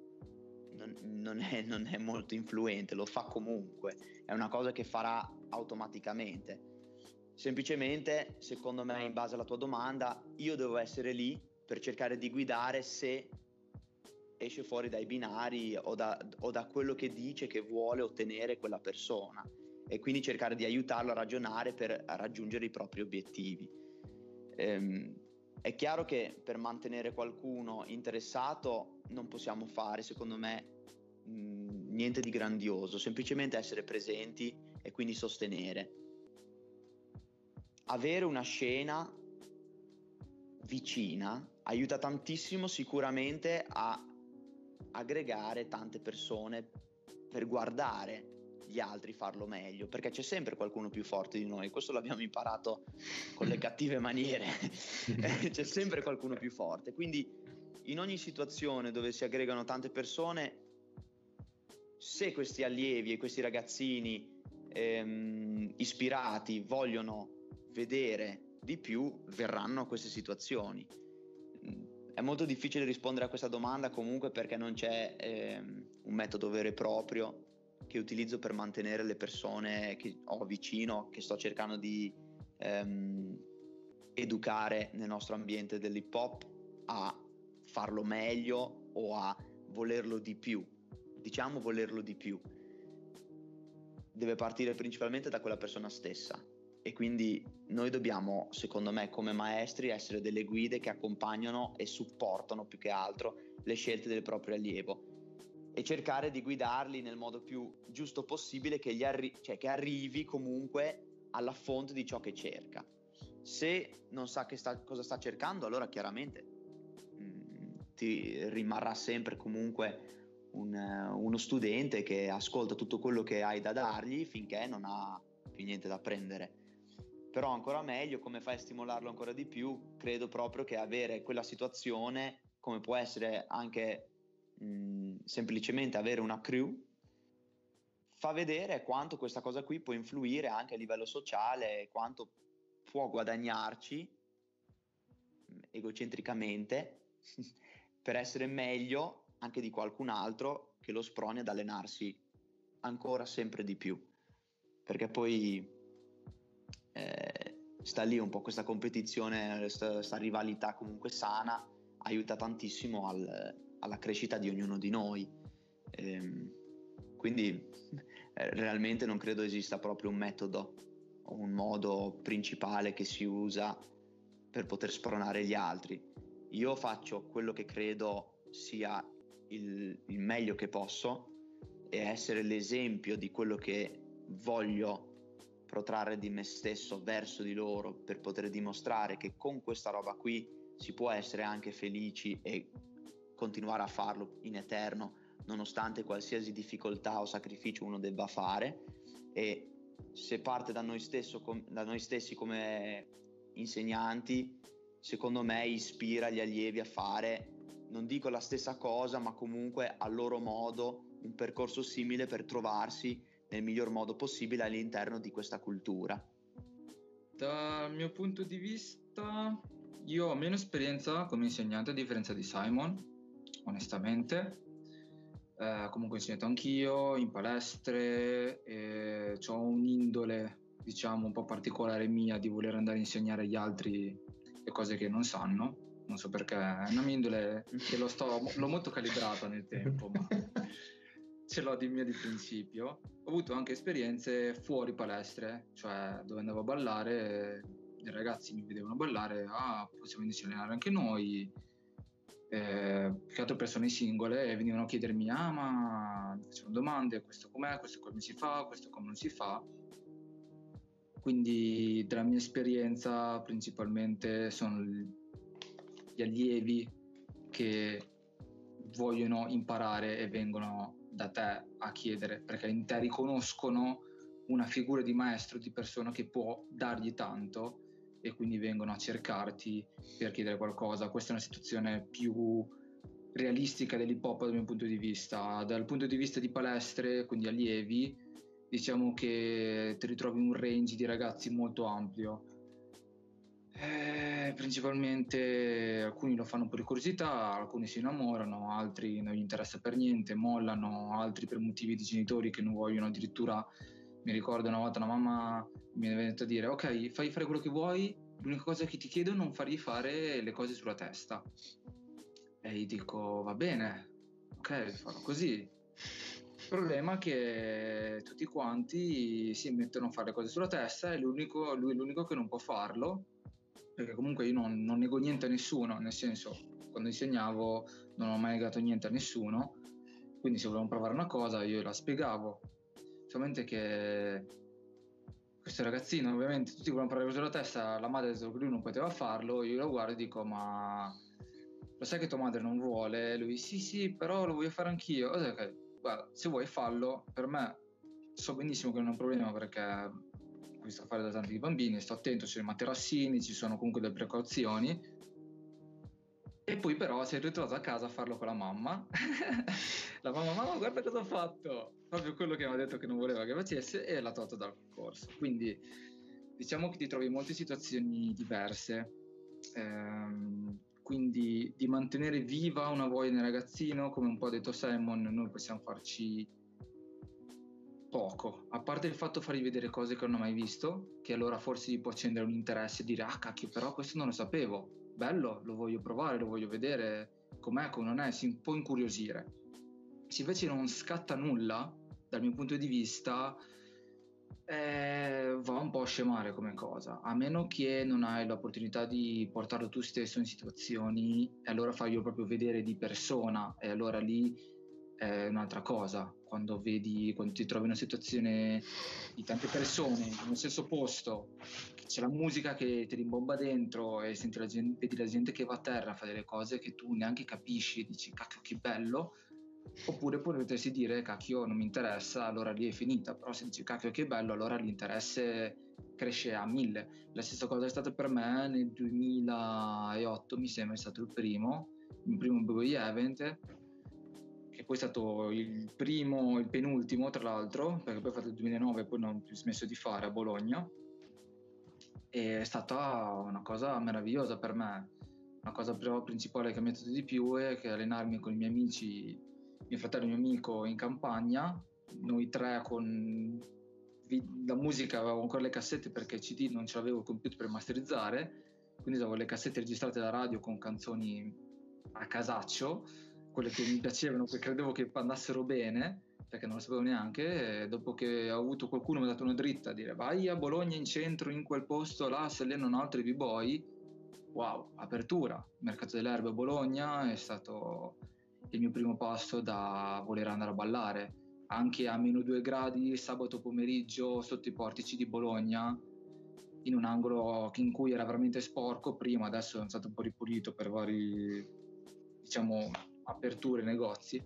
molto influente, lo fa comunque, è una cosa che farà automaticamente. Semplicemente, secondo me, in base alla tua domanda, io devo essere lì per cercare di guidare se esce fuori dai binari o da quello che dice che vuole ottenere quella persona, e quindi cercare di aiutarlo a ragionare per raggiungere i propri obiettivi. È chiaro che per mantenere qualcuno interessato non possiamo fare, secondo me, niente di grandioso, semplicemente essere presenti e quindi sostenere. Avere una scena vicina aiuta tantissimo sicuramente a aggregare tante persone per guardare gli altri farlo meglio, perché c'è sempre qualcuno più forte di noi, questo l'abbiamo imparato con le cattive maniere. C'è sempre qualcuno più forte, quindi in ogni situazione dove si aggregano tante persone, se questi allievi e questi ragazzini ispirati vogliono vedere di più, verranno a queste situazioni. È molto difficile rispondere a questa domanda comunque, perché non c'è un metodo vero e proprio che utilizzo per mantenere le persone che ho vicino, che sto cercando di educare nel nostro ambiente dell'hip hop a farlo meglio o a volerlo di più. Diciamo volerlo di più. Deve partire principalmente da quella persona stessa, e quindi noi dobbiamo, secondo me, come maestri essere delle guide che accompagnano e supportano più che altro le scelte del proprio allievo e cercare di guidarli nel modo più giusto possibile, che che arrivi comunque alla fonte di ciò che cerca. Se non sa cosa sta cercando, allora chiaramente ti rimarrà sempre comunque uno studente che ascolta tutto quello che hai da dargli finché non ha più niente da prendere. Però ancora meglio, come fai a stimolarlo ancora di più? Credo proprio che avere quella situazione, come può essere anche semplicemente avere una crew, fa vedere quanto questa cosa qui può influire anche a livello sociale, quanto può guadagnarci egocentricamente per essere meglio anche di qualcun altro che lo sproni ad allenarsi ancora sempre di più, perché poi sta lì un po' questa competizione, questa rivalità comunque sana aiuta tantissimo alla crescita di ognuno di noi. Quindi realmente non credo esista proprio un metodo o un modo principale che si usa per poter spronare gli altri. Io faccio quello che credo sia il meglio che posso e essere l'esempio di quello che voglio protrarre di me stesso verso di loro, per poter dimostrare che con questa roba qui si può essere anche felici e continuare a farlo in eterno, nonostante qualsiasi difficoltà o sacrificio uno debba fare. E se parte da noi stessi come insegnanti, secondo me ispira gli allievi a fare, non dico la stessa cosa, ma comunque a loro modo un percorso simile per trovarsi nel miglior modo possibile all'interno di questa cultura. Dal mio punto di vista, io ho meno esperienza come insegnante a differenza di Simon, onestamente. Comunque ho insegnato anch'io in palestre, ho un'indole, diciamo, un po' particolare mia di voler andare a insegnare agli altri le cose che non sanno. Non so perché, è una mia indole che l'ho molto calibrata nel tempo, ma ce l'ho di mia di principio. Ho avuto anche esperienze fuori palestre, cioè dove andavo a ballare, i ragazzi mi vedevano ballare, possiamo insegnare anche noi, che altre persone singole venivano a chiedermi, ma mi facevano domande, questo com'è, questo come si fa, questo come non si fa. Quindi dalla mia esperienza principalmente sono gli allievi che vogliono imparare e vengono da te a chiedere, perché in te riconoscono una figura di maestro, di persona che può dargli tanto, e quindi vengono a cercarti per chiedere qualcosa. Questa è una situazione più realistica dell'hip hop dal mio punto di vista. Dal punto di vista di palestre, quindi allievi, diciamo che ti ritrovi un range di ragazzi molto ampio. Principalmente alcuni lo fanno per curiosità, alcuni si innamorano, altri non gli interessa per niente, mollano, altri per motivi di genitori che non vogliono. Addirittura mi ricordo una volta una mamma mi è venuta a dire: ok, fai fare quello che vuoi, l'unica cosa che ti chiedo è non fargli fare le cose sulla testa. E gli dico: va bene, ok, farò così. Il problema è che tutti quanti si mettono a fare le cose sulla testa e lui è l'unico che non può farlo, perché comunque io non nego niente a nessuno, nel senso, quando insegnavo non ho mai negato niente a nessuno, quindi se volevano provare una cosa io la spiegavo, solamente che questo ragazzino, ovviamente tutti volevano provare sulla testa, la madre ha detto che lui non poteva farlo, io lo guardo e dico: ma lo sai che tua madre non vuole? Lui: sì, però lo voglio fare anch'io. Ok, guarda, se vuoi fallo, per me so benissimo che non è un problema, perché ho visto fare da tanti bambini, sto attento, ci sono i materassini, ci sono comunque delle precauzioni. E poi però si è ritrovato a casa a farlo con la mamma. La mamma, guarda cosa ho fatto, proprio quello che mi ha detto che non voleva che facesse, e l'ha tolto dal corso. Quindi diciamo che ti trovi in molte situazioni diverse, quindi di mantenere viva una voglia nel ragazzino, come un po' ha detto Simon, noi possiamo farci poco, a parte il fatto fargli vedere cose che non ho mai visto, che allora forse gli può accendere un interesse e dire: cacchio, però questo non lo sapevo, bello, lo voglio provare, lo voglio vedere com'è, come non è, si può incuriosire. Se invece non scatta nulla, dal mio punto di vista, va un po' a scemare come cosa, a meno che non hai l'opportunità di portarlo tu stesso in situazioni, e allora farglielo proprio vedere di persona, e allora lì è un'altra cosa. Quando ti trovi in una situazione di tante persone nello stesso posto, c'è la musica che ti rimbomba dentro e vedi la gente che va a terra, fa delle cose che tu neanche capisci e dici: cacchio, che bello. Oppure potresti dire: cacchio, non mi interessa, allora lì è finita. Però se dici: cacchio, che bello, allora l'interesse cresce a 1000. La stessa cosa è stata per me nel 2008, mi sembra, è stato il mio primo Bowie Event, che poi è stato il penultimo tra l'altro, perché poi ho fatto il 2009 e poi non ho più smesso di fare a Bologna. E è stata una cosa meravigliosa per me. La cosa però principale che mi ha aiutato di più è che allenarmi con i miei amici, mio fratello e mio amico in campagna, noi tre con la musica, avevo ancora le cassette perché il CD non ce l'avevo il computer per masterizzare, quindi avevo le cassette registrate da radio con canzoni a casaccio, quelle che mi piacevano, che credevo che andassero bene, perché non lo sapevo neanche. E dopo che ho avuto qualcuno mi ha dato una dritta a dire vai a Bologna in centro, in quel posto là si allenano altri b-boy, wow, apertura. Mercato delle Erbe a Bologna è stato il mio primo passo da voler andare a ballare, anche a -2 gradi sabato pomeriggio sotto i portici di Bologna, in un angolo in cui era veramente sporco prima, adesso è stato un po' ripulito per vari, diciamo, aperture, negozi.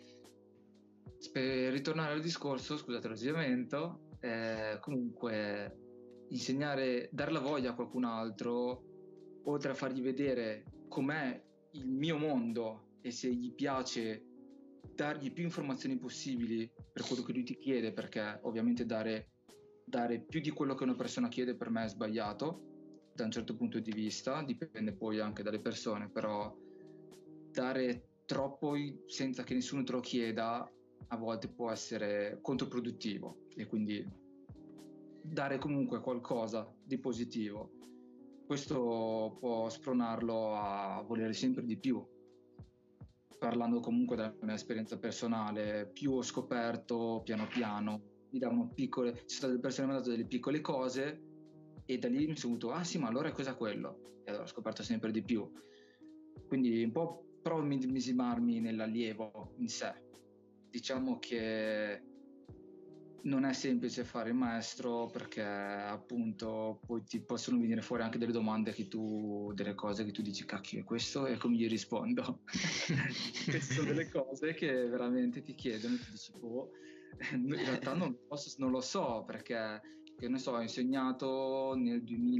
Per ritornare al discorso, scusate lo sviamento, comunque insegnare, dare la voglia a qualcun altro, oltre a fargli vedere com'è il mio mondo e se gli piace, dargli più informazioni possibili per quello che lui ti chiede, perché ovviamente dare più di quello che una persona chiede per me è sbagliato da un certo punto di vista, dipende poi anche dalle persone, però dare troppo senza che nessuno te lo chieda a volte può essere controproduttivo, e quindi dare comunque qualcosa di positivo, questo può spronarlo a volere sempre di più. Parlando comunque della mia esperienza personale, più ho scoperto piano piano, mi davano piccole, ci sono state delle persone che mi hanno dato delle piccole cose e da lì mi sono avuto, ah sì, ma allora cosa è quello? E allora ho scoperto sempre di più. Quindi un po' provo a medesimarmi nell'allievo in sé. Diciamo che non è semplice fare il maestro, perché appunto poi ti possono venire fuori anche delle domande delle cose che tu dici cacchio, e questo e come gli rispondo? Queste sono delle cose che veramente ti chiedono e ti dici boh, in realtà non lo so, perché che ne so, ho insegnato nel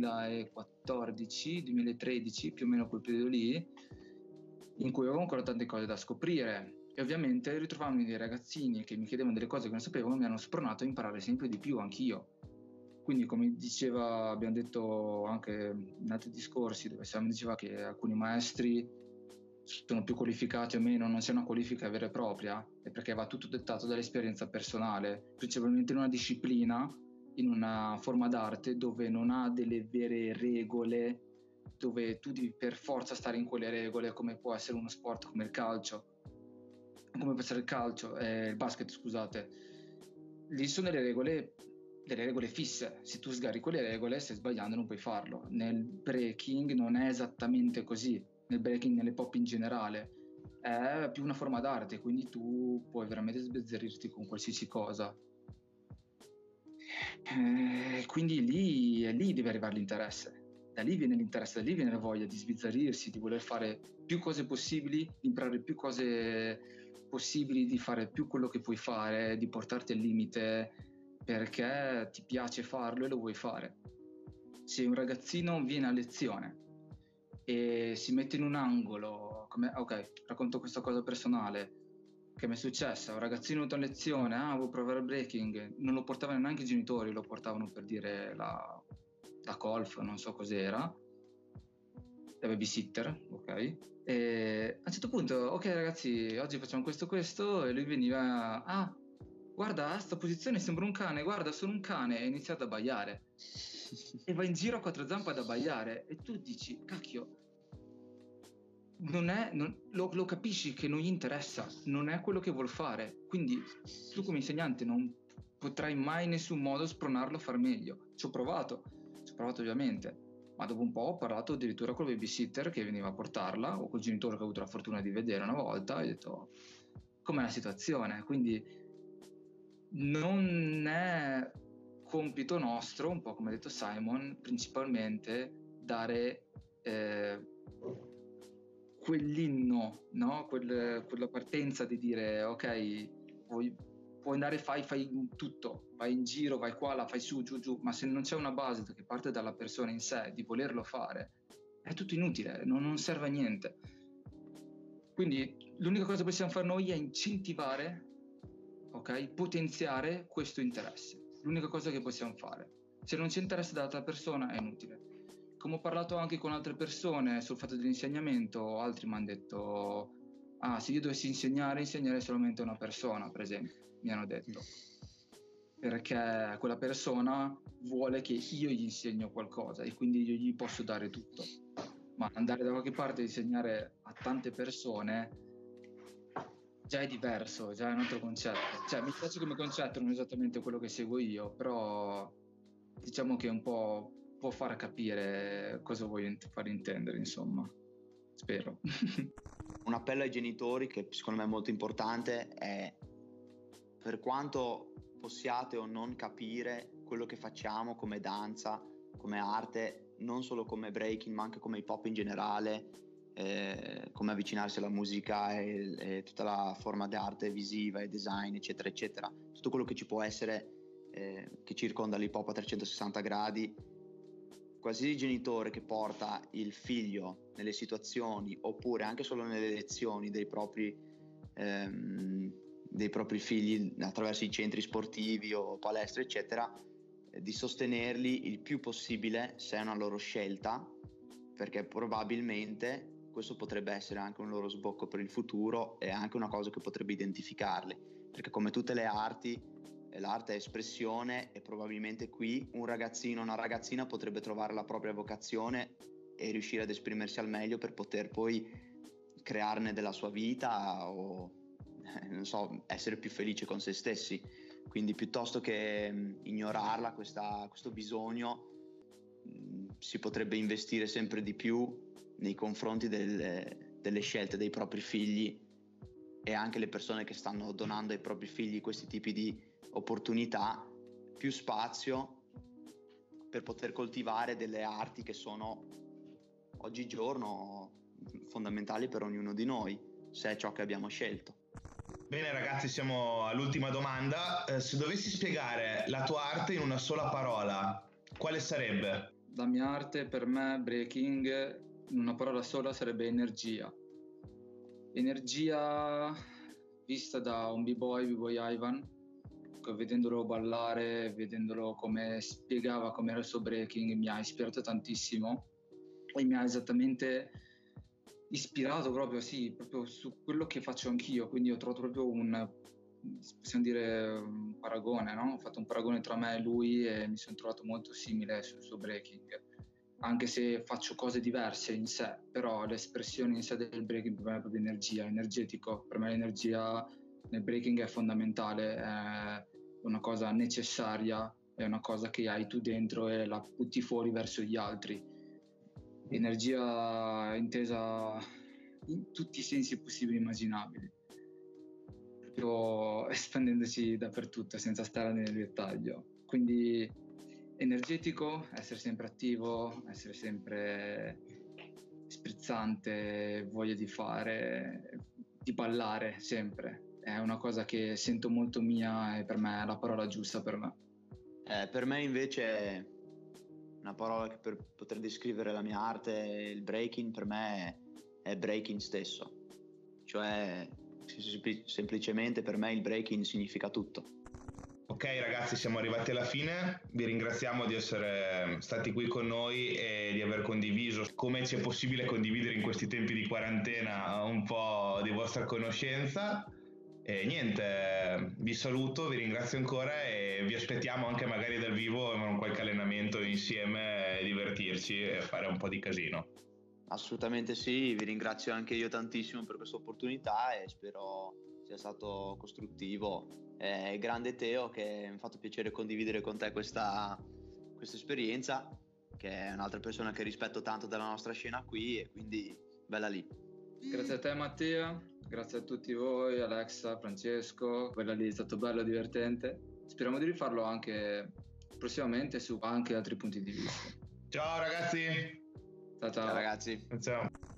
2014-2013, più o meno quel periodo lì, in cui avevo ancora tante cose da scoprire. E ovviamente ritrovandomi dei ragazzini che mi chiedevano delle cose che non sapevano mi hanno spronato a imparare sempre di più anch'io. Quindi, come diceva, abbiamo detto anche in altri discorsi dove Sam diceva che alcuni maestri sono più qualificati o meno, non c'è una qualifica vera e propria, è perché va tutto dettato dall'esperienza personale, principalmente in una disciplina, in una forma d'arte dove non ha delle vere regole, dove tu devi per forza stare in quelle regole, come può essere uno sport come il calcio, come può essere il basket, scusate. Lì sono delle regole fisse, se tu sgarri quelle regole stai sbagliando, non puoi farlo. Nel breaking non è esattamente così, nel breaking, nell'hip hop in generale è più una forma d'arte, quindi tu puoi veramente sbizzarrirti con qualsiasi cosa. Quindi lì deve arrivare l'interesse, da lì viene l'interesse, da lì viene la voglia di sbizzarrirsi, di voler fare più cose possibili, di imparare più cose possibili, di fare più quello che puoi fare, di portarti al limite perché ti piace farlo e lo vuoi fare. Se un ragazzino viene a lezione e si mette in un angolo, ok, racconto questa cosa personale che mi è successa, un ragazzino venuto a lezione, vuoi provare il breaking, non lo portavano neanche i genitori, lo portavano per dire la golf, non so cos'era, la babysitter, ok? E a un certo punto, ok ragazzi, oggi facciamo questo, e lui veniva, guarda, sta posizione sembra un cane, guarda, sono un cane, e ha iniziato ad abbaiare. E va in giro a quattro zampe ad abbaiare, e tu dici, cacchio, lo capisci che non gli interessa, non è quello che vuol fare, quindi tu come insegnante non potrai mai in nessun modo spronarlo a far meglio. Ci ho provato ovviamente, ma dopo un po' ho parlato addirittura col babysitter che veniva a portarla, o col genitore che ho avuto la fortuna di vedere una volta, e ho detto com'è la situazione. Quindi non è compito nostro, un po' come ha detto Simon, principalmente dare quell'inno, no? Quella partenza di dire ok, puoi andare, fai tutto, vai in giro, vai qua, la fai su, giù, ma se non c'è una base che parte dalla persona in sé di volerlo fare, è tutto inutile, non serve a niente. Quindi l'unica cosa che possiamo fare noi è incentivare, ok, potenziare questo interesse. L'unica cosa che possiamo fare. Se non c'è interesse dall'altra persona è inutile. Come ho parlato anche con altre persone sul fatto dell'insegnamento, altri mi hanno detto: ah, se io dovessi insegnare solamente a una persona, per esempio, mi hanno detto, perché quella persona vuole che io gli insegno qualcosa e quindi io gli posso dare tutto. Ma andare da qualche parte e insegnare a tante persone già è diverso, già è un altro concetto. Cioè, mi piace come concetto, non esattamente quello che seguo io, però diciamo che un po' può far capire cosa voglio far intendere, insomma. Spero. Un appello ai genitori che secondo me è molto importante è: per quanto possiate o non capire quello che facciamo come danza, come arte, non solo come breaking ma anche come hip hop in generale, come avvicinarsi alla musica e tutta la forma di arte visiva e design eccetera eccetera, tutto quello che ci può essere che circonda l'hip hop a 360 gradi, qualsiasi genitore che porta il figlio nelle situazioni oppure anche solo nelle lezioni dei propri figli attraverso i centri sportivi o palestre eccetera, di sostenerli il più possibile se è una loro scelta, perché probabilmente questo potrebbe essere anche un loro sbocco per il futuro e anche una cosa che potrebbe identificarli, perché come tutte le arti, l'arte è espressione e probabilmente qui un ragazzino o una ragazzina potrebbe trovare la propria vocazione e riuscire ad esprimersi al meglio per poter poi crearne della sua vita o non so, essere più felice con se stessi. Quindi piuttosto che ignorarla questo bisogno, si potrebbe investire sempre di più nei confronti delle scelte dei propri figli e anche le persone che stanno donando ai propri figli questi tipi di opportunità, più spazio per poter coltivare delle arti che sono oggigiorno fondamentali per ognuno di noi, se è ciò che abbiamo scelto. Bene ragazzi, siamo all'ultima domanda. Se dovessi spiegare la tua arte in una sola parola, quale sarebbe? La mia arte, per me, breaking, in una parola sola sarebbe energia. Energia vista da un b-boy Ivan, vedendolo ballare, vedendolo come spiegava com'era il suo breaking, mi ha ispirato tantissimo e mi ha esattamente ispirato proprio su quello che faccio anch'io. Quindi ho trovato proprio possiamo dire un paragone, no? Ho fatto un paragone tra me e lui e mi sono trovato molto simile sul suo breaking, anche se faccio cose diverse in sé, però l'espressione in sé del breaking per me è proprio energia, energetico. Per me l'energia nel breaking è fondamentale, è una cosa necessaria, è una cosa che hai tu dentro e la butti fuori verso gli altri. Energia intesa in tutti i sensi possibili e immaginabili, proprio espandendoci dappertutto senza stare nel dettaglio. Quindi energetico, essere sempre attivo, essere sempre sprezzante, voglia di fare, di ballare sempre. È una cosa che sento molto mia e per me è la parola giusta per me. Per me invece una parola che per poter descrivere la mia arte, il breaking, per me è breaking stesso. Cioè semplicemente per me il breaking significa tutto. Ok ragazzi, siamo arrivati alla fine, vi ringraziamo di essere stati qui con noi e di aver condiviso, come ci è possibile condividere in questi tempi di quarantena, un po' di vostra conoscenza. E niente, vi saluto, vi ringrazio ancora e vi aspettiamo anche magari dal vivo con qualche allenamento insieme, divertirci e fare un po' di casino. Assolutamente sì, vi ringrazio anche io tantissimo per questa opportunità e spero sia stato costruttivo. Grande Teo, che mi ha fatto piacere condividere con te questa esperienza, che è un'altra persona che rispetto tanto della nostra scena qui e quindi bella lì. Grazie a te Mattia, grazie a tutti voi, Alexa, Francesco, quella lì è stato bello, divertente. Speriamo di rifarlo anche prossimamente su anche altri punti di vista. Ciao ragazzi! Ciao Ciao ragazzi! Ciao!